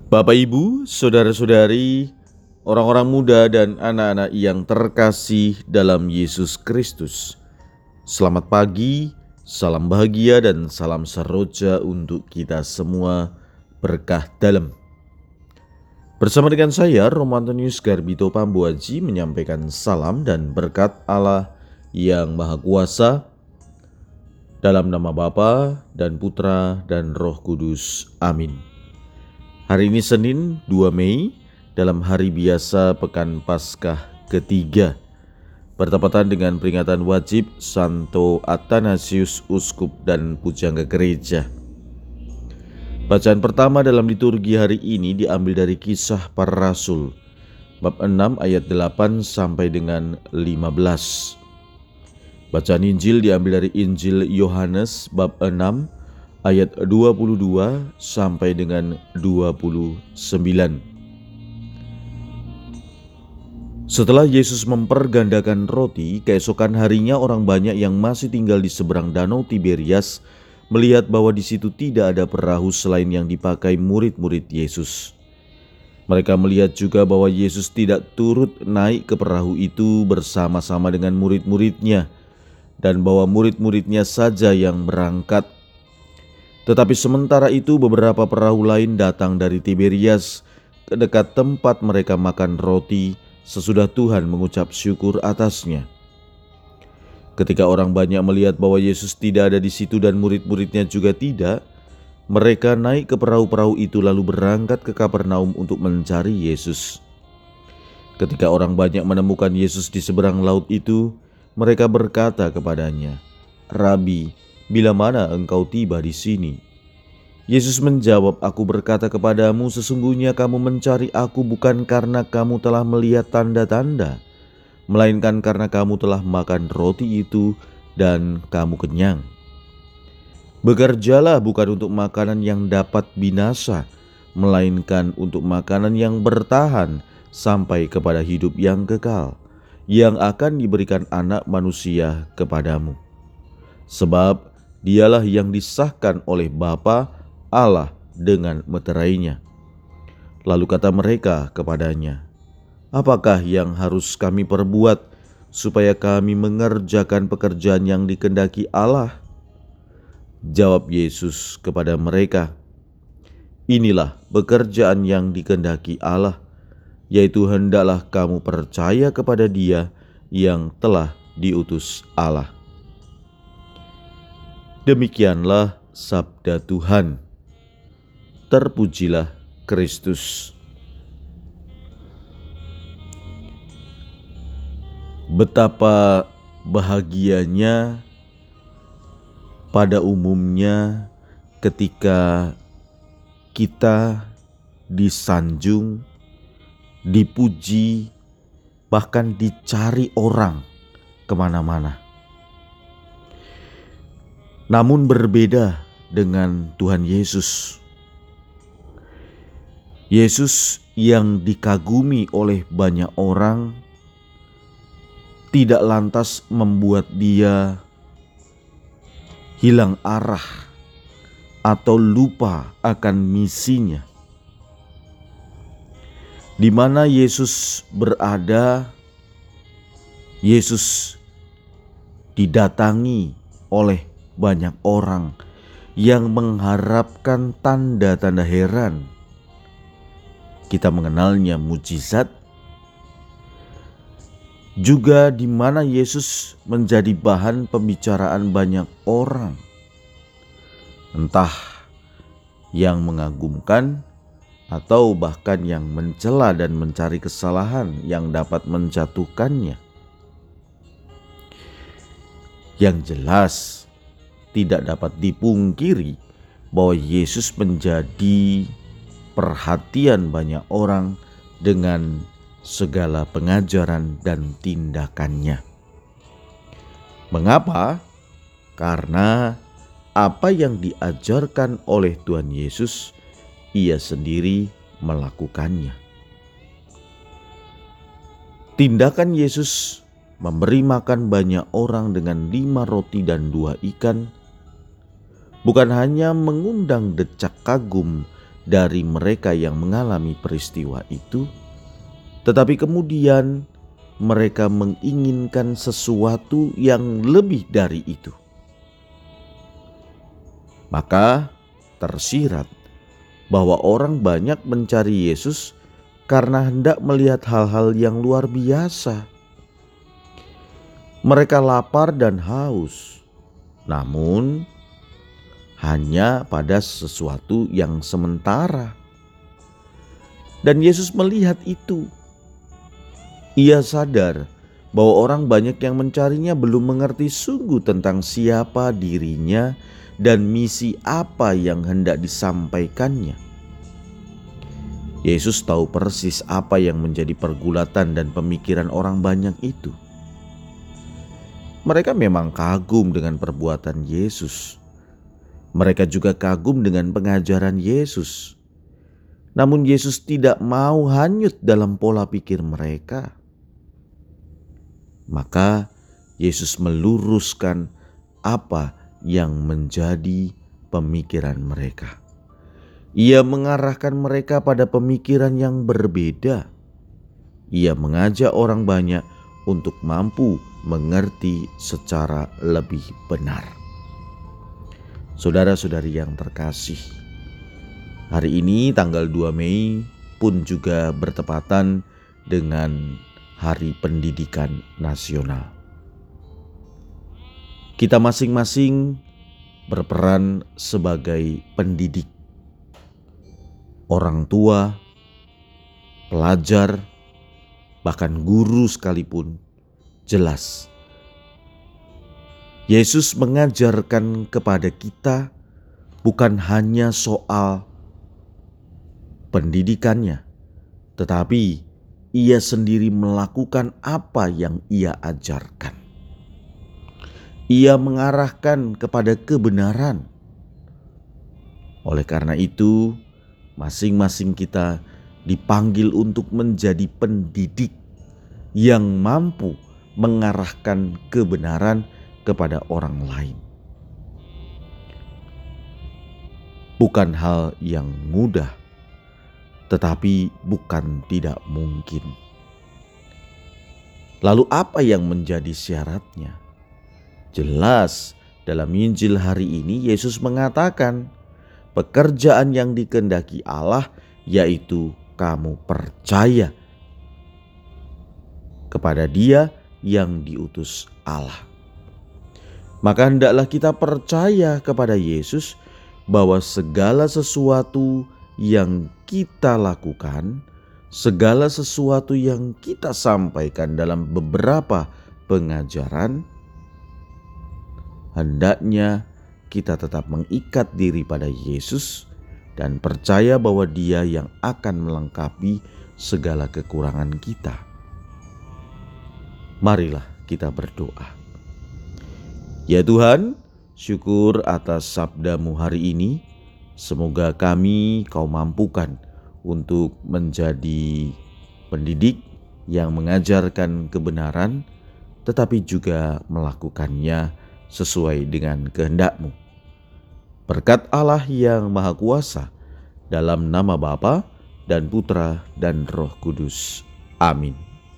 Bapak, Ibu, saudara-saudari, orang-orang muda dan anak-anak yang terkasih dalam Yesus Kristus. Selamat pagi, salam bahagia dan salam seroja untuk kita semua, berkah dalam. Bersama dengan saya, Romantonius Garbito Pambuaji, menyampaikan salam dan berkat Allah yang Maha Kuasa, dalam nama Bapa dan Putra dan Roh Kudus. Amin. Hari ini Senin 2 Mei dalam hari biasa Pekan Paskah ketiga, bertepatan dengan peringatan wajib Santo Athanasius Uskup dan Pujangga Gereja. Bacaan pertama dalam liturgi hari ini diambil dari Kisah Para Rasul, bab 6 ayat 8 sampai dengan 15. Bacaan Injil diambil dari Injil Yohanes bab 6 ayat 22 sampai dengan 29. Setelah Yesus mempergandakan roti, keesokan harinya orang banyak yang masih tinggal di seberang danau Tiberias melihat bahwa di situ tidak ada perahu selain yang dipakai murid-murid Yesus. Mereka melihat juga bahwa Yesus tidak turut naik ke perahu itu bersama-sama dengan murid-muridnya, dan bahwa murid-muridnya saja yang berangkat. Tetapi sementara itu beberapa perahu lain datang dari Tiberias ke dekat tempat mereka makan roti sesudah Tuhan mengucap syukur atasnya. Ketika orang banyak melihat bahwa Yesus tidak ada di situ dan murid-muridnya juga tidak, mereka naik ke perahu-perahu itu lalu berangkat ke Kapernaum untuk mencari Yesus. Ketika orang banyak menemukan Yesus di seberang laut itu, mereka berkata kepadanya, "Rabi, bila mana engkau tiba di sini?" Yesus menjawab, "Aku berkata kepadamu, sesungguhnya kamu mencari aku bukan karena kamu telah melihat tanda-tanda, melainkan karena kamu telah makan roti itu dan kamu kenyang. Bekerjalah bukan untuk makanan yang dapat binasa, melainkan untuk makanan yang bertahan sampai kepada hidup yang kekal, yang akan diberikan Anak Manusia kepadamu. Sebab dialah yang disahkan oleh Bapa Allah dengan meterainya." Lalu kata mereka kepadanya, "Apakah yang harus kami perbuat supaya kami mengerjakan pekerjaan yang dikehendaki Allah?" Jawab Yesus kepada mereka, "Inilah pekerjaan yang dikehendaki Allah, yaitu hendaklah kamu percaya kepada Dia yang telah diutus Allah." Demikianlah sabda Tuhan. Terpujilah Kristus. Betapa bahagianya pada umumnya ketika kita disanjung, dipuji, bahkan dicari orang kemana-mana. Namun berbeda dengan Tuhan Yesus. Yesus yang dikagumi oleh banyak orang tidak lantas membuat dia hilang arah atau lupa akan misinya. Di mana Yesus berada, Yesus didatangi oleh banyak orang yang mengharapkan tanda-tanda heran. Kita mengenalnya mujizat. Juga di mana Yesus menjadi bahan pembicaraan banyak orang, entah yang mengagumkan atau bahkan yang mencela dan mencari kesalahan yang dapat menjatuhkannya. Yang jelas tidak dapat dipungkiri bahwa Yesus menjadi perhatian banyak orang dengan segala pengajaran dan tindakannya. Mengapa? Karena apa yang diajarkan oleh Tuhan Yesus, ia sendiri melakukannya. Tindakan Yesus memberi makan banyak orang dengan 5 roti dan 2 ikan bukan hanya mengundang decak kagum dari mereka yang mengalami peristiwa itu, tetapi kemudian mereka menginginkan sesuatu yang lebih dari itu. Maka tersirat bahwa orang banyak mencari Yesus karena hendak melihat hal-hal yang luar biasa. Mereka lapar dan haus, namun hanya pada sesuatu yang sementara. Dan Yesus melihat itu. Ia sadar bahwa orang banyak yang mencarinya belum mengerti sungguh tentang siapa dirinya dan misi apa yang hendak disampaikannya. Yesus tahu persis apa yang menjadi pergulatan dan pemikiran orang banyak itu. Mereka memang kagum dengan perbuatan Yesus. Mereka juga kagum dengan pengajaran Yesus. Namun Yesus tidak mau hanyut dalam pola pikir mereka. Maka Yesus meluruskan apa yang menjadi pemikiran mereka. Ia mengarahkan mereka pada pemikiran yang berbeda. Ia mengajak orang banyak untuk mampu mengerti secara lebih benar. Saudara-saudari yang terkasih, hari ini tanggal 2 Mei pun juga bertepatan dengan Hari Pendidikan Nasional. Kita masing-masing berperan sebagai pendidik, orang tua, pelajar, bahkan guru sekalipun. Jelas Yesus mengajarkan kepada kita bukan hanya soal pendidikannya, tetapi ia sendiri melakukan apa yang ia ajarkan. Ia mengarahkan kepada kebenaran. Oleh karena itu, masing-masing kita dipanggil untuk menjadi pendidik yang mampu mengarahkan kebenaran kepada orang lain. Bukan hal yang mudah, tetapi bukan tidak mungkin. Lalu apa yang menjadi syaratnya? Jelas dalam Injil hari ini Yesus mengatakan pekerjaan yang dikehendaki Allah yaitu kamu percaya kepada Dia yang diutus Allah. Maka hendaklah kita percaya kepada Yesus bahwa segala sesuatu yang kita lakukan, segala sesuatu yang kita sampaikan dalam beberapa pengajaran, hendaknya kita tetap mengikat diri pada Yesus dan percaya bahwa Dia yang akan melengkapi segala kekurangan kita. Marilah kita berdoa. Ya Tuhan, syukur atas sabda-Mu hari ini. Semoga kami Kau mampukan untuk menjadi pendidik yang mengajarkan kebenaran, tetapi juga melakukannya sesuai dengan kehendak-Mu. Berkat Allah yang Maha Kuasa, dalam nama Bapa dan Putra dan Roh Kudus. Amin.